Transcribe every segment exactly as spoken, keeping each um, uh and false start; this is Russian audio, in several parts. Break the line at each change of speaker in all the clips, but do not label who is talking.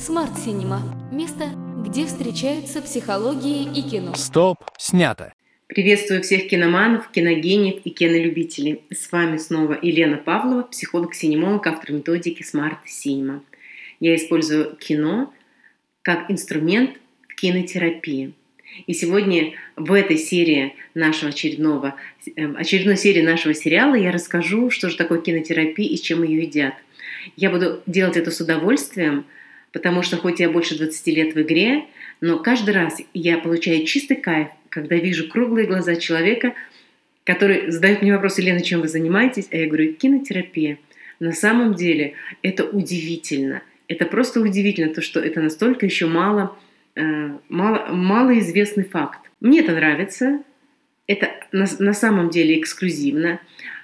Смарт Синема – место, где встречаются психология и кино.
Стоп! Снято!
Приветствую всех киноманов, киногениев и кинолюбителей. С вами снова Елена Павлова, психолог-синемолог, автор методики Smart Cinema. Я использую кино как инструмент в кинотерапии. И сегодня в этой серии нашего очередного, очередной серии нашего сериала я расскажу, что же такое кинотерапия и с чем ее едят. Я буду делать это с удовольствием, потому что хоть я больше двадцати лет в игре, но каждый раз я получаю чистый кайф, когда вижу круглые глаза человека, который задает мне вопрос: Елена, чем вы занимаетесь? А я говорю: кинотерапия. На самом деле это удивительно. Это просто удивительно, то, что это настолько еще мало, э, мало, малоизвестный факт. Мне это нравится. Это на, на самом деле эксклюзивно.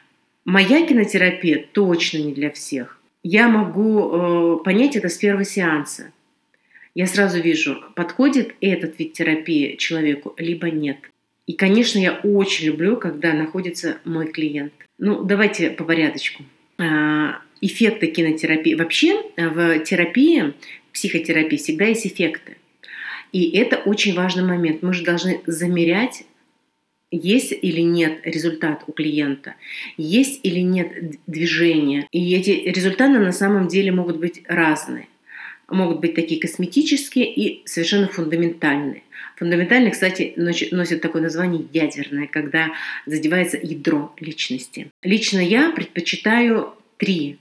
Моя кинотерапия точно не для всех. Я могу э, понять это с первого сеанса. Я сразу вижу, подходит этот вид терапии человеку, либо нет. И, конечно, я очень люблю, когда находится мой клиент. Ну, давайте по порядочку. Эффекты кинотерапии. Вообще в терапии, в психотерапии всегда есть эффекты. И это очень важный момент. Мы же должны замерять, есть или нет результат у клиента, есть или нет движения. И эти результаты на самом деле могут быть разные. Могут быть такие косметические и совершенно фундаментальные. Фундаментальные, кстати, носят такое название ядерное, когда задевается ядро личности. Лично я предпочитаю три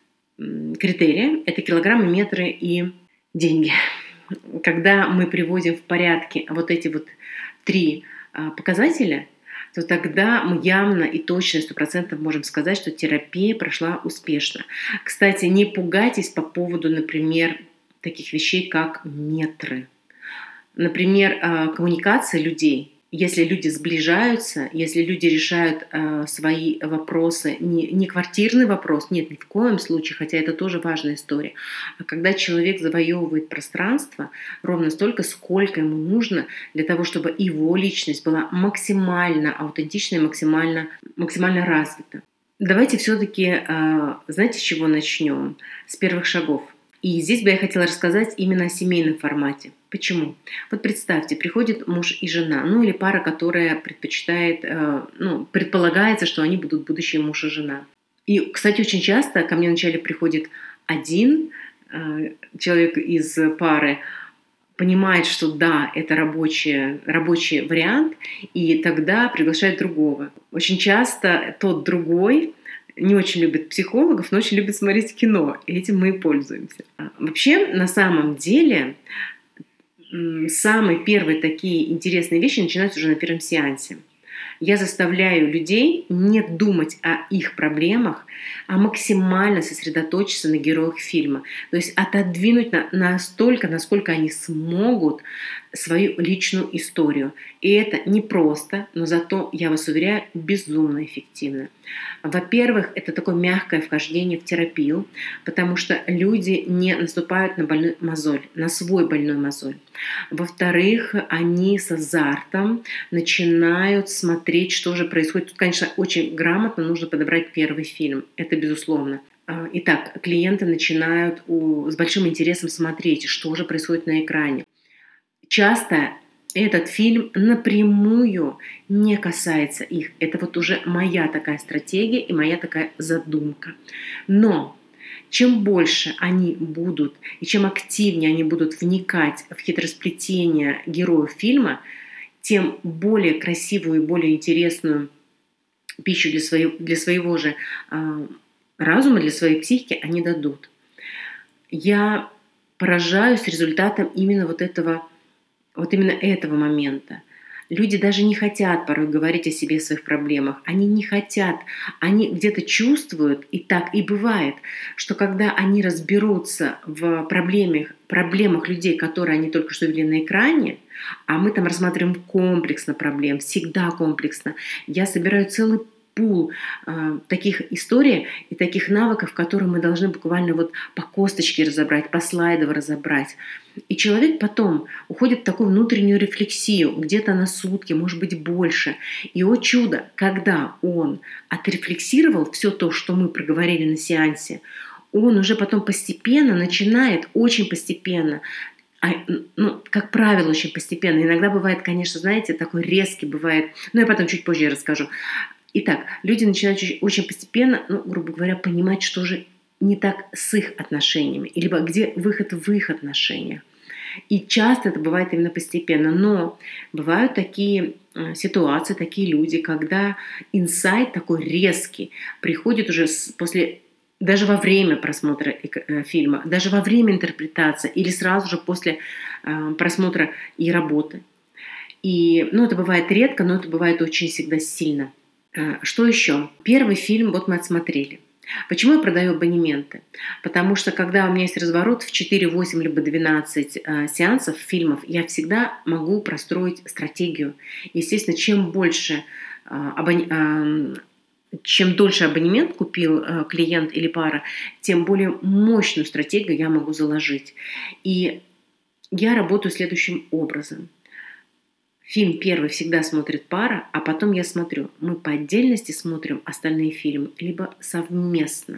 критерия. Это килограммы, метры и деньги. Когда мы приводим в порядке вот эти вот три показателя, то тогда мы явно и точно, сто процентов можем сказать, что терапия прошла успешно. Кстати, не пугайтесь по поводу, например, таких вещей, как метры. Например, коммуникация людей. Если люди сближаются, если люди решают свои вопросы, не, не квартирный вопрос, нет, ни в коем случае, хотя это тоже важная история, а когда человек завоевывает пространство ровно столько, сколько ему нужно для того, чтобы его личность была максимально аутентична и максимально, максимально развита. Давайте все-таки, знаете, с чего начнем? С первых шагов. И здесь бы я хотела рассказать именно о семейном формате. Почему? Вот представьте, приходит муж и жена, ну или пара, которая предпочитает, ну, предполагается, что они будут будущие муж и жена. И, кстати, очень часто ко мне вначале приходит один человек из пары, понимает, что да, это рабочий, рабочий вариант, и тогда приглашает другого. Очень часто тот другой не очень любит психологов, но очень любит смотреть кино. И этим мы и пользуемся. Вообще, на самом деле, самые первые такие интересные вещи начинаются уже на первом сеансе. Я заставляю людей не думать о их проблемах, а максимально сосредоточиться на героях фильма. То есть отодвинуть на, настолько, насколько они смогут свою личную историю. И это непросто, но зато, я вас уверяю, безумно эффективно. Во-первых, это такое мягкое вхождение в терапию, потому что люди не наступают на больной мозоль, на свой больной мозоль. Во-вторых, они с азартом начинают смотреть, что же происходит. Тут, конечно, очень грамотно нужно подобрать первый фильм. Это безусловно. Итак, клиенты начинают с большим интересом смотреть, что же происходит на экране. Часто этот фильм напрямую не касается их. Это вот уже моя такая стратегия и моя такая задумка. Но чем больше они будут и чем активнее они будут вникать в хитросплетение героев фильма, тем более красивую и более интересную пищу для своего, для своего же э, разума, для своей психики они дадут. Я поражаюсь результатом именно вот этого Вот именно этого момента. Люди даже не хотят порой говорить о себе, о своих проблемах. Они не хотят. Они где-то чувствуют, и так и бывает, что когда они разберутся в проблемах, проблемах людей, которые они только что видели на экране, а мы там рассматриваем комплексно проблем, всегда комплексно. Я собираю целый пул э, таких историй и таких навыков, которые мы должны буквально вот по косточке разобрать, по слайдово разобрать. И человек потом уходит в такую внутреннюю рефлексию, где-то на сутки, может быть больше. И, о чудо, когда он отрефлексировал все то, что мы проговорили на сеансе, он уже потом постепенно начинает, очень постепенно, а, ну, как правило, очень постепенно. Иногда бывает, конечно, знаете, такой резкий бывает, но я потом чуть позже расскажу. Итак, люди начинают очень, очень постепенно, ну, грубо говоря, понимать, что же не так с их отношениями, либо где выход в их отношениях. И часто это бывает именно постепенно. Но бывают такие э, ситуации, такие люди, когда инсайт такой резкий приходит уже с- после, даже во время просмотра эк- э, фильма, даже во время интерпретации или сразу же после э, просмотра и работы. И, ну, это бывает редко, но это бывает очень всегда сильно. Э, Что еще? Первый фильм вот мы отсмотрели. Почему я продаю абонементы? Потому что когда у меня есть разворот в четыре, восемь либо двенадцать э, сеансов фильмов, я всегда могу простроить стратегию. Естественно, чем больше э, абон- э, чем дольше абонемент купил э, клиент или пара, тем более мощную стратегию я могу заложить. И я работаю следующим образом. Фильм первый всегда смотрит пара, а потом я смотрю. Мы по отдельности смотрим остальные фильмы, либо совместно.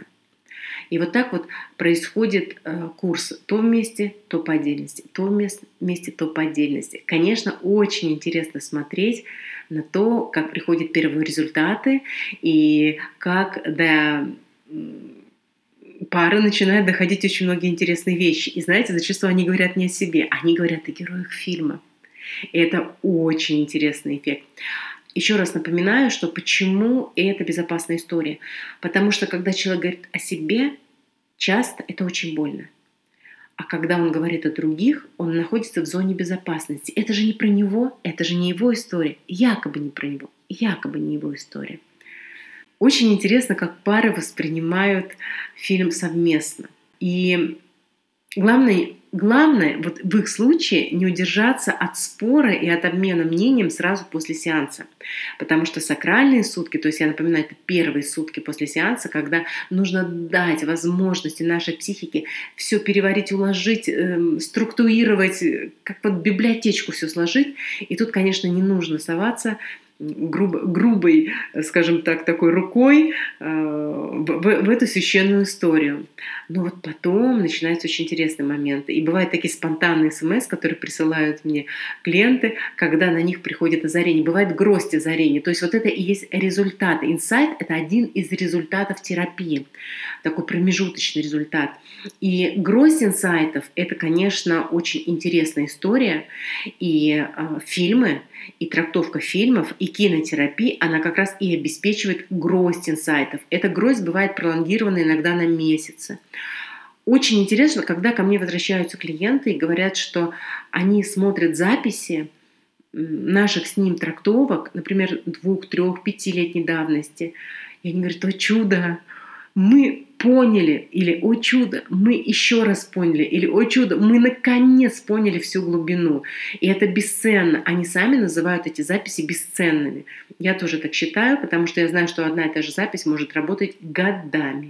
И вот так вот происходит э, курс то вместе, то по отдельности, то вместе, вместе, то по отдельности. Конечно, очень интересно смотреть на то, как приходят первые результаты и как до м, пары начинают доходить очень многие интересные вещи. И знаете, зачастую они говорят не о себе, они говорят о героях фильма. И это очень интересный эффект. Еще раз напоминаю, что почему это безопасная история. Потому что когда человек говорит о себе, часто это очень больно. А когда он говорит о других, он находится в зоне безопасности. Это же не про него, это же не его история. Якобы не про него, якобы не его история. Очень интересно, как пары воспринимают фильм совместно. И главное, главное вот в их случае не удержаться от спора и от обмена мнением сразу после сеанса. Потому что сакральные сутки, то есть я напоминаю, это первые сутки после сеанса, когда нужно дать возможности нашей психике все переварить, уложить, эм, структурировать, э, как вот библиотечку все сложить. И тут, конечно, не нужно соваться грубо, грубой, скажем так, такой рукой э, в, в- в эту священную историю. Но вот потом начинаются очень интересные моменты. И бывают такие спонтанные смс, которые присылают мне клиенты, когда на них приходит озарение. Бывает гроздь озарения. То есть вот это и есть результат. Инсайт – это один из результатов терапии. Такой промежуточный результат. И гроздь инсайтов – это, конечно, очень интересная история. И э, фильмы, и трактовка фильмов, и кинотерапии, она как раз и обеспечивает гроздь инсайтов. Эта гроздь бывает пролонгирована иногда на месяцы. Очень интересно, когда ко мне возвращаются клиенты и говорят, что они смотрят записи м, наших с ним трактовок, например, двух, трех, пятилетней давности. И они говорят: «О чудо! Мы поняли», или «О чудо, мы еще раз поняли», или «О чудо, мы наконец поняли всю глубину». И это бесценно. Они сами называют эти записи бесценными. Я тоже так считаю, потому что я знаю, что одна и та же запись может работать годами.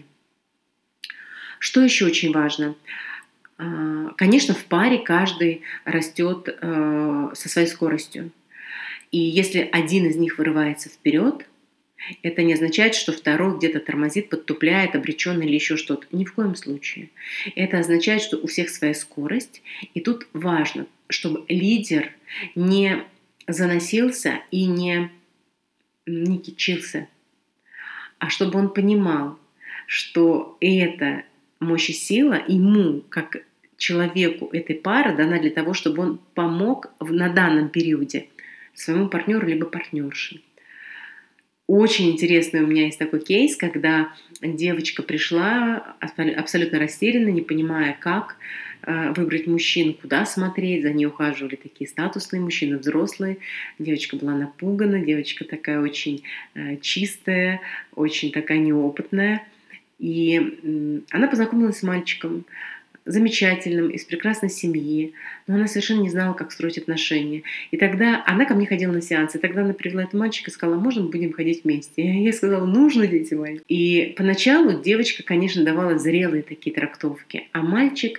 Что еще очень важно? А, Конечно, в паре каждый растет э, со своей скоростью. И если один из них вырывается вперед, это не означает, что второй где-то тормозит, подтупляет, обречен или еще что-то. Ни в коем случае. Это означает, что у всех своя скорость. И тут важно, чтобы лидер не заносился и не, не кичился, а чтобы он понимал, что эта мощь и сила ему, как человеку этой пары, дана для того, чтобы он помог в- на данном периоде своему партнеру либо партнерше. Очень интересный у меня есть такой кейс, когда девочка пришла абсол- абсолютно растерянно, не понимая, как э, выбрать мужчину, куда смотреть. За ней ухаживали такие статусные мужчины, взрослые. Девочка была напугана, девочка такая очень э, чистая, очень такая неопытная. И м, она познакомилась с мальчиком замечательным, из прекрасной семьи, но она совершенно не знала, как строить отношения. И тогда она ко мне ходила на сеансы, и тогда она привела этого мальчика и сказала: можно мы будем ходить вместе? И я сказала: нужно, дети мои. И поначалу девочка, конечно, давала зрелые такие трактовки, а мальчик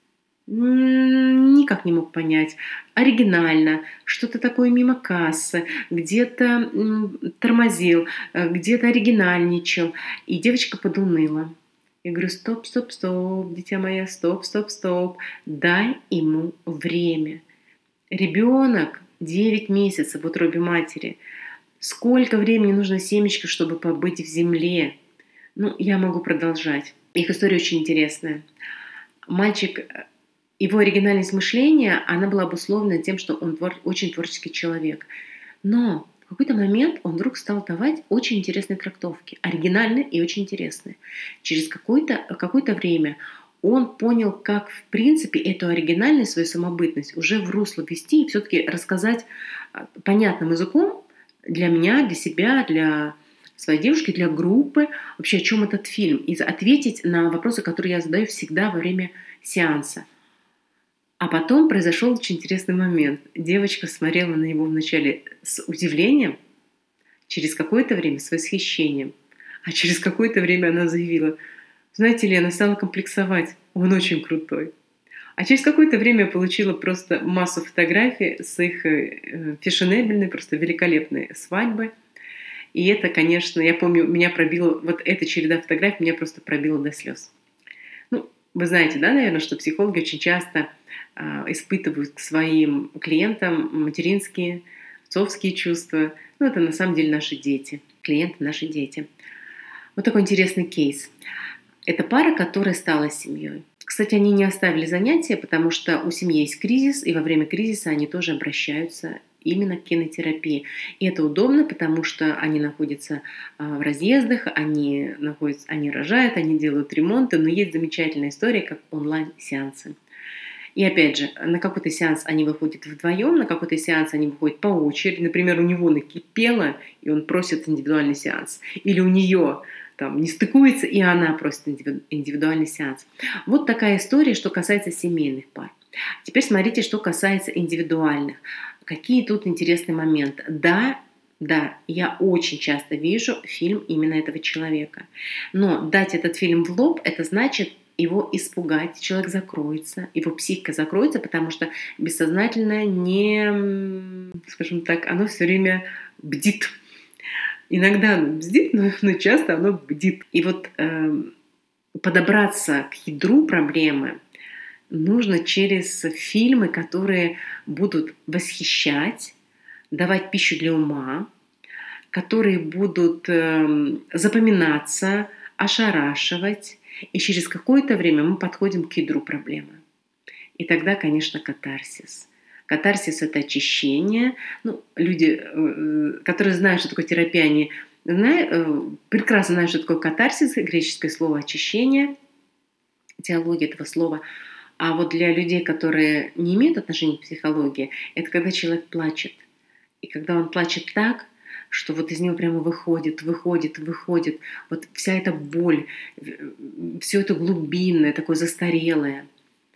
м, никак не мог понять. Оригинально, что-то такое мимо кассы, где-то м, тормозил, э, где-то оригинальничал. И девочка подуныла. Я говорю: стоп, стоп, стоп, дитя мое, стоп, стоп, стоп, дай ему время. Ребенок девять месяцев в утробе матери. Сколько времени нужно семечку, чтобы побыть в земле? Ну, я могу продолжать. Их история очень интересная. Мальчик, его оригинальность мышления, она была обусловлена тем, что он твор- очень творческий человек. Но в какой-то момент он вдруг стал давать очень интересные трактовки, оригинальные и очень интересные. Через какое-то, какое-то время он понял, как в принципе эту оригинальность, свою самобытность уже в русло ввести и все-таки рассказать а, понятным языком для меня, для себя, для своей девушки, для группы, вообще о чем этот фильм, и ответить на вопросы, которые я задаю всегда во время сеанса. А потом произошел очень интересный момент. Девочка смотрела на него вначале с удивлением, через какое-то время с восхищением, а через какое-то время она заявила: знаете ли, она стала комплексовать, он очень крутой. А через какое-то время я получила просто массу фотографий с их э, фешенебельной, просто великолепной свадьбы. И это, конечно, я помню, меня пробило, вот эта череда фотографий меня просто пробила до слез. Ну, вы знаете, да, наверное, что психологи очень часто а, испытывают к своим клиентам материнские, отцовские чувства. Ну, это на самом деле наши дети, клиенты наши дети. Вот такой интересный кейс. Это пара, которая стала семьей. Кстати, они не оставили занятия, потому что у семьи есть кризис, и во время кризиса они тоже обращаются именно к кинотерапии. И это удобно, потому что они находятся в разъездах, они, находятся, они рожают, они делают ремонты, но есть замечательная история, как онлайн-сеансы. И опять же, на какой-то сеанс они выходят вдвоем, на какой-то сеанс они выходят по очереди. Например, у него накипело, и он просит индивидуальный сеанс. Или у нее там не стыкуется, и она просит индивидуальный сеанс. Вот такая история, что касается семейных пар. Теперь смотрите, что касается индивидуальных. Какие тут интересные моменты. Да, да, я очень часто вижу фильм именно этого человека. Но дать этот фильм в лоб, это значит его испугать, человек закроется, его психика закроется, потому что бессознательное не, скажем так, оно все время бдит. Иногда оно бдит, но, но часто оно бдит. И вот э, подобраться к ядру проблемы нужно через фильмы, которые будут восхищать, давать пищу для ума, которые будут э, запоминаться, ошарашивать, и через какое-то время мы подходим к ядру проблемы. И тогда, конечно, катарсис. Катарсис – это очищение. Ну, люди, э, которые знают, что такое терапия, они знают, э, прекрасно знают, что такое катарсис, греческое слово «очищение», теология этого слова. А вот для людей, которые не имеют отношения к психологии, это когда человек плачет. И когда он плачет так, что вот из него прямо выходит, выходит, выходит вот вся эта боль, все это глубинное, такое застарелое.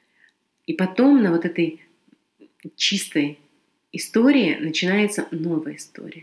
И потом на вот этой чистой истории начинается новая история.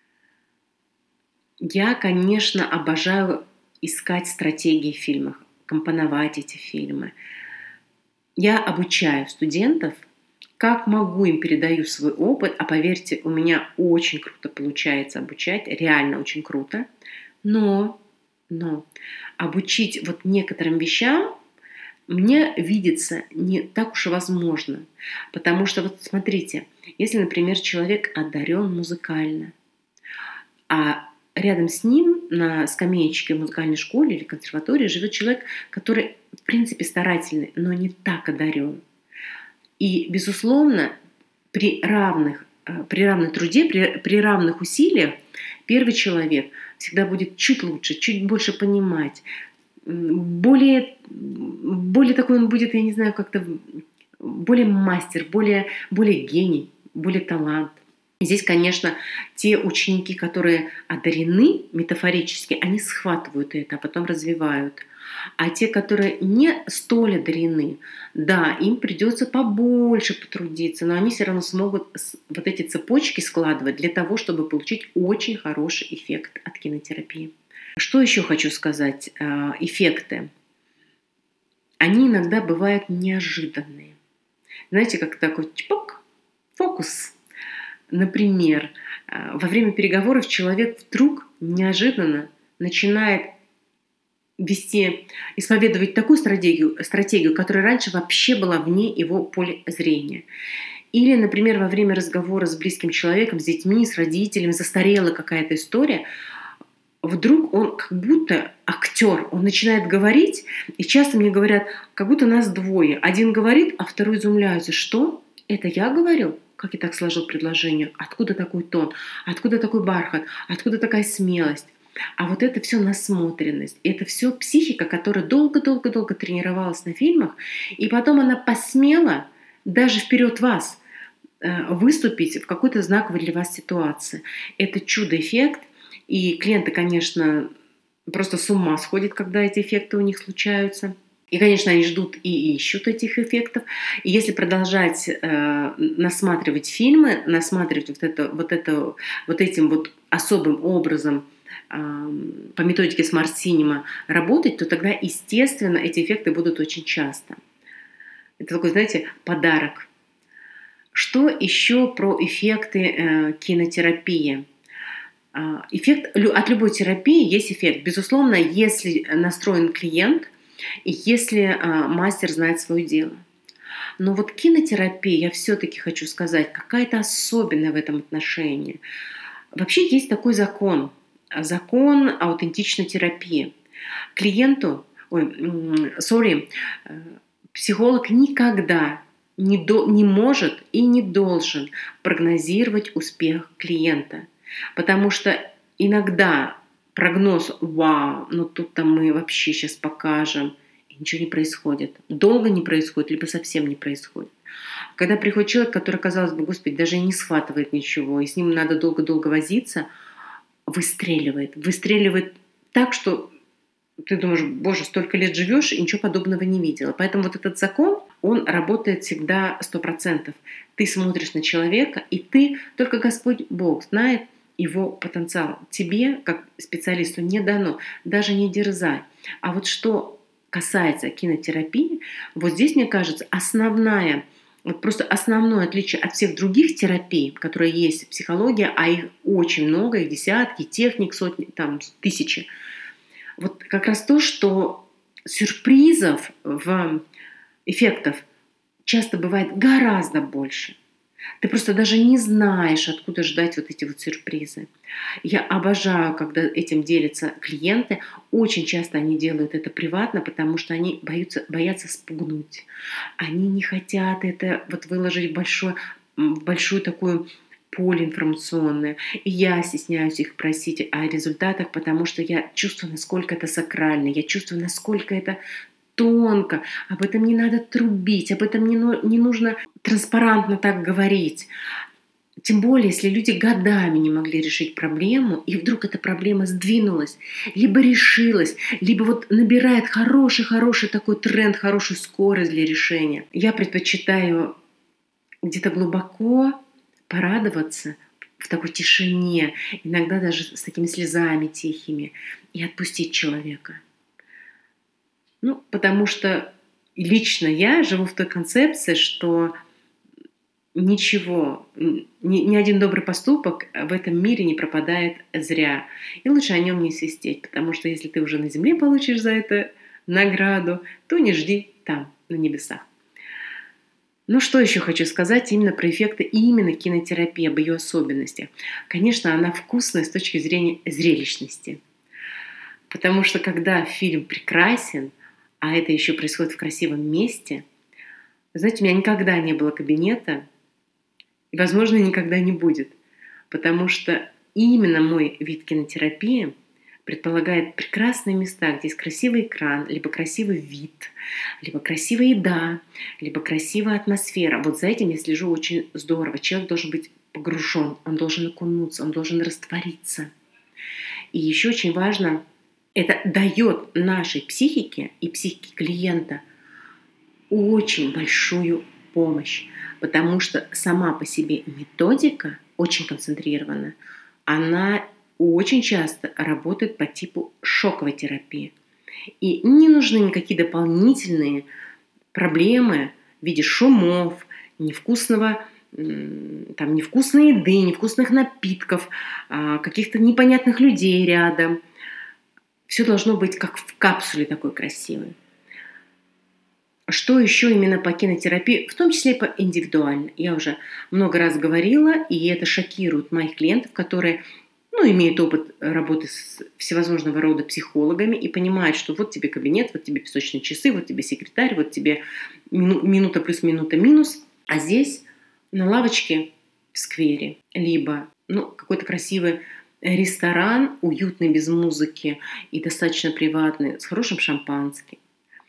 Я, конечно, обожаю искать стратегии в фильмах, компоновать эти фильмы. Я обучаю студентов, как могу, им передаю свой опыт, а поверьте, у меня очень круто получается обучать, реально очень круто. Но, но обучить вот некоторым вещам мне видится не так уж и возможно. Потому что вот смотрите, если, например, человек одарен музыкально, а рядом с ним на скамеечке в музыкальной школе или консерватории живет человек, который, в принципе, старательный, но не так одарен. И, безусловно, при равных, при равной труде, при, при равных усилиях первый человек всегда будет чуть лучше, чуть больше понимать, более, более такой он будет, я не знаю, как-то более мастер, более, более гений, более талант. И здесь, конечно, те ученики, которые одарены метафорически, они схватывают это, а потом развивают. А те, которые не столь одарены, да, им придется побольше потрудиться, но они все равно смогут вот эти цепочки складывать для того, чтобы получить очень хороший эффект от кинотерапии. Что еще хочу сказать? Эффекты. Они иногда бывают неожиданные. Знаете, как такой чпок, фокус. Например, во время переговоров человек вдруг неожиданно начинает вести, исповедовать такую стратегию, стратегию, которая раньше вообще была вне его поля зрения. Или, например, во время разговора с близким человеком, с детьми, с родителями, застарела какая-то история, вдруг он как будто актер, он начинает говорить, и часто мне говорят, как будто нас двое. Один говорит, а второй изумляется, что? Это я говорю? Как я так сложил предложение? Откуда такой тон? Откуда такой бархат? Откуда такая смелость? А вот это все насмотренность, это все психика, которая долго-долго-долго тренировалась на фильмах, и потом она посмела даже вперед вас выступить в какой-то знаковой для вас ситуации. Это чудо-эффект, и клиенты, конечно, просто с ума сходят, когда эти эффекты у них случаются. И, конечно, они ждут и ищут этих эффектов. И если продолжать э, насматривать фильмы, насматривать вот, это, вот, это, вот этим вот особым образом по методике Smart Cinema работать, то тогда, естественно, эти эффекты будут очень часто. Это такой, знаете, подарок. Что еще про эффекты э, кинотерапии? Э, эффект, от любой терапии есть эффект. Безусловно, если настроен клиент и если э, мастер знает свое дело. Но вот кинотерапия, я все-таки хочу сказать, какая-то особенная в этом отношении. Вообще есть такой закон. Закон аутентичной терапии. Клиенту, ой, sorry, психолог никогда не, до, не может и не должен прогнозировать успех клиента. Потому что иногда прогноз «Вау, ну тут-то мы вообще сейчас покажем», и ничего не происходит. Долго не происходит, либо совсем не происходит. Когда приходит человек, который, казалось бы, господи, даже и не схватывает ничего, и с ним надо долго-долго возиться, выстреливает. Выстреливает так, что ты думаешь, боже, столько лет живешь и ничего подобного не видела. Поэтому вот этот закон, он работает всегда сто процентов. Ты смотришь на человека, и ты, только Господь Бог знает его потенциал. Тебе, как специалисту, не дано. Даже не дерзай. А вот что касается кинотерапии, вот здесь, мне кажется, основная Вот просто основное отличие от всех других терапий, которые есть в психологии, а их очень много, их десятки, техник, сотни, там, тысячи. Вот как раз то, что сюрпризов, в эффектов часто бывает гораздо больше. Ты просто даже не знаешь, откуда ждать вот эти вот сюрпризы. Я обожаю, когда этим делятся клиенты. Очень часто они делают это приватно, потому что они боятся, боятся спугнуть. Они не хотят это вот выложить в, большой, в большую такую поле информационное. И я стесняюсь их просить о результатах, потому что я чувствую, насколько это сакрально, я чувствую, насколько это тонко, об этом не надо трубить, об этом не, не нужно транспарантно так говорить. Тем более, если люди годами не могли решить проблему, и вдруг эта проблема сдвинулась, либо решилась, либо вот набирает хороший-хороший такой тренд, хорошую скорость для решения. Я предпочитаю где-то глубоко порадоваться в такой тишине, иногда даже с такими слезами тихими, и отпустить человека. Ну, потому что лично я живу в той концепции, что ничего, ни, ни один добрый поступок в этом мире не пропадает зря. И лучше о нем не свистеть, потому что если ты уже на земле получишь за это награду, то не жди там, на небесах. Ну, что еще хочу сказать именно про эффекты и именно кинотерапии, об ее особенностях. Конечно, она вкусная с точки зрения зрелищности. Потому что когда фильм прекрасен, а это еще происходит в красивом месте, знаете, у меня никогда не было кабинета, и, возможно, никогда не будет. Потому что именно мой вид кинотерапии предполагает прекрасные места, где есть красивый экран, либо красивый вид, либо красивая еда, либо красивая атмосфера. Вот за этим я слежу очень здорово. Человек должен быть погружен, он должен окунуться, он должен раствориться. И еще очень важно, это дает нашей психике и психике клиента очень большую помощь, потому что сама по себе методика очень концентрирована, она очень часто работает по типу шоковой терапии. И не нужны никакие дополнительные проблемы в виде шумов, невкусного, там, невкусной еды, невкусных напитков, каких-то непонятных людей рядом. Все должно быть как в капсуле такой красивой. Что еще именно по кинотерапии, в том числе и по индивидуально. Я уже много раз говорила, и это шокирует моих клиентов, которые ну, имеют опыт работы с всевозможного рода психологами и понимают, что вот тебе кабинет, вот тебе песочные часы, вот тебе секретарь, вот тебе мину, минута плюс минута минус. А здесь на лавочке в сквере, либо ну, какой-то красивый ресторан, уютный, без музыки и достаточно приватный, с хорошим шампанским.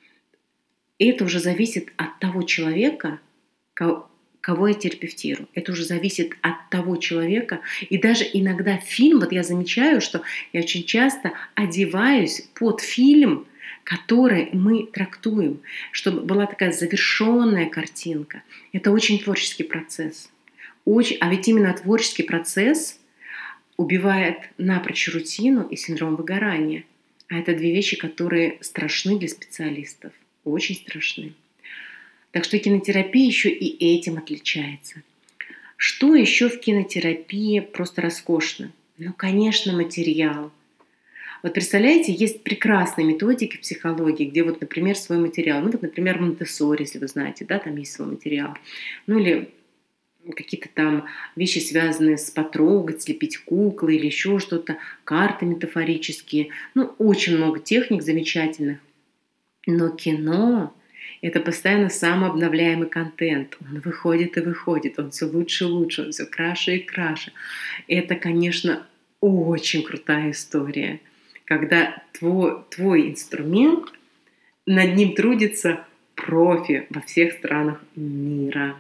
И это уже зависит от того человека, кого я терапевтирую. Это уже зависит от того человека. И даже иногда фильм, вот я замечаю, что я очень часто одеваюсь под фильм, который мы трактуем, чтобы была такая завершенная картинка. Это очень творческий процесс. Очень, а ведь именно творческий процесс убивает напрочь рутину и синдром выгорания. А это две вещи, которые страшны для специалистов. Очень страшны. Так что кинотерапия еще и этим отличается. Что еще в кинотерапии просто роскошно? Ну, конечно, материал. Вот представляете, есть прекрасные методики в психологии, где вот, например, свой материал. Ну, вот, например, Монтессори, если вы знаете, да, там есть свой материал. Ну, или какие-то там вещи, связанные с потрогать, слепить куклы или еще что-то, карты метафорические. Ну, очень много техник замечательных. Но кино – это постоянно самообновляемый контент. Он выходит и выходит, он все лучше и лучше, он все краше и краше. Это, конечно, очень крутая история, когда твой, твой инструмент, над ним трудится профи во всех странах мира.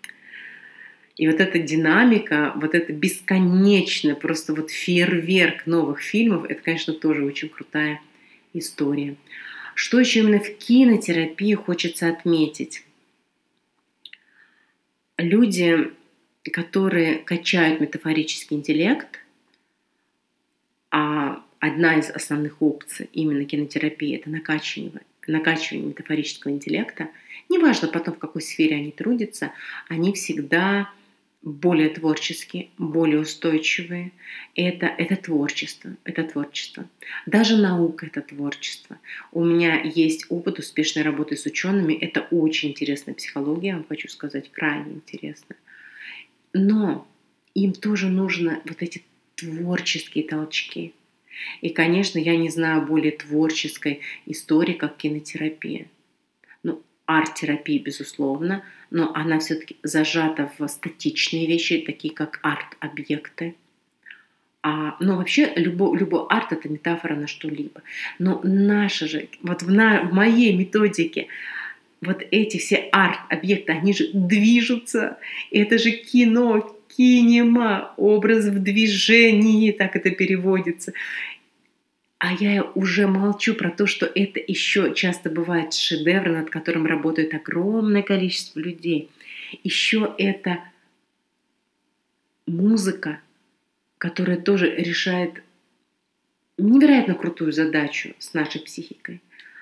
И вот эта динамика, вот это бесконечное, просто вот фейерверк новых фильмов, это, конечно, тоже очень крутая история. Что еще именно в кинотерапии хочется отметить? Люди, которые качают метафорический интеллект, а одна из основных опций именно кинотерапии – это накачивание, накачивание метафорического интеллекта, неважно потом, в какой сфере они трудятся, они всегда более творческие, более устойчивые. Это, это творчество, это творчество. Даже наука – это творчество. У меня есть опыт успешной работы с учеными. Это очень интересная психология, я вам хочу сказать, крайне интересная. Но им тоже нужны вот эти творческие толчки. И, конечно, я не знаю более творческой истории, как кинотерапия. Ну, арт-терапия, безусловно, но она все-таки зажата в статичные вещи, такие как арт-объекты. А, но вообще любой, любой арт – это метафора на что-либо. Но наша же, вот в, на, в моей методике, вот эти все арт-объекты, они же движутся. Это же кино, кинема, образ в движении, так это переводится. А я уже молчу про то, что это еще часто бывает шедевр, над которым работает огромное количество людей. Еще это музыка, которая тоже решает невероятно крутую задачу с нашей психикой.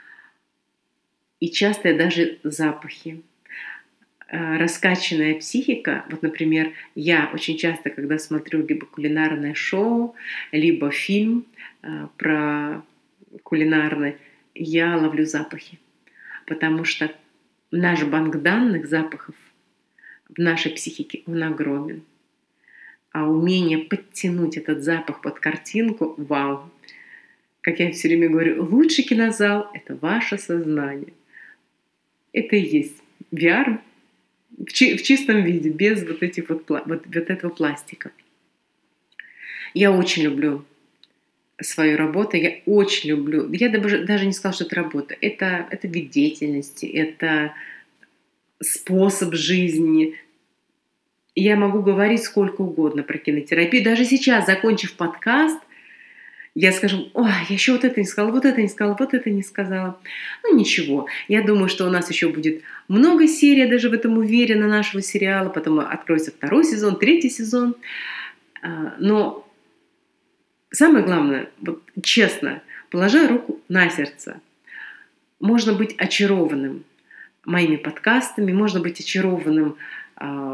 И часто даже запахи. Раскачанная психика, вот, например, я очень часто, когда смотрю либо кулинарное шоу, либо фильм э, про кулинарный, я ловлю запахи, потому что наш банк данных запахов в нашей психике, он огромен. А умение подтянуть этот запах под картинку, вау! Как я все время говорю, лучший кинозал – это ваше сознание. Это и есть ви ар в, чи- в чистом виде, без вот, этих вот, вот, вот этого пластика. Я очень люблю свою работу, я очень люблю, я даже, даже не сказала, что это работа, это, это вид деятельности, это способ жизни. Я могу говорить сколько угодно про кинотерапию. Даже сейчас, закончив подкаст, я скажу, ой, я еще вот это не сказала, вот это не сказала, вот это не сказала. Ну ничего, я думаю, что у нас еще будет много серий, я даже в этом уверена, нашего сериала. Потом откроется второй сезон, третий сезон. Но самое главное, вот честно, положа руку на сердце, можно быть очарованным моими подкастами, можно быть очарованным,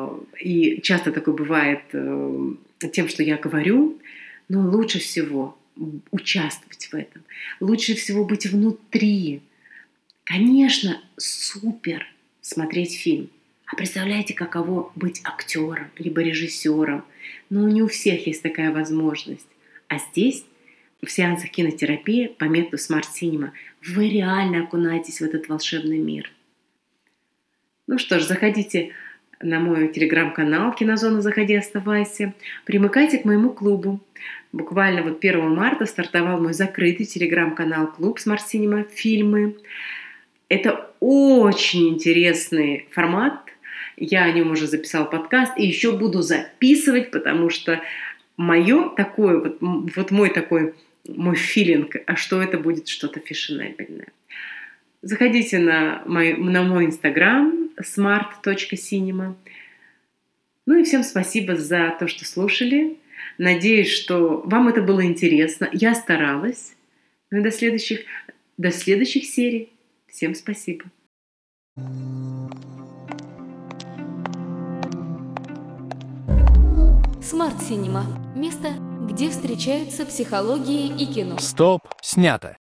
и часто такое бывает, тем, что я говорю, но лучше всего участвовать в этом. Лучше всего быть внутри. Конечно, супер смотреть фильм. А представляете, каково быть актером, либо режиссером? Но не у всех есть такая возможность. А здесь, в сеансах кинотерапии по методу Smart Cinema, вы реально окунаетесь в этот волшебный мир. Ну что ж, заходите на мой телеграм-канал «Кинозона. Заходи, оставайся». Примыкайте к моему клубу. Буквально вот первого марта стартовал мой закрытый телеграм-канал «Клуб Smart Cinema. Фильмы». Это очень интересный формат. Я о нем уже записала подкаст и еще буду записывать, потому что мое такое, вот, вот мой такой, мой филинг, а что это будет что-то фешенебельное. Заходите на мой, на мой инстаграм смарт точка синема. Ну и всем спасибо за то, что слушали. Надеюсь, что вам это было интересно. Я старалась. Ну и до следующих, до следующих серий. Всем спасибо.
Smart Cinema – место, где встречаются психология и кино.
Стоп, снято.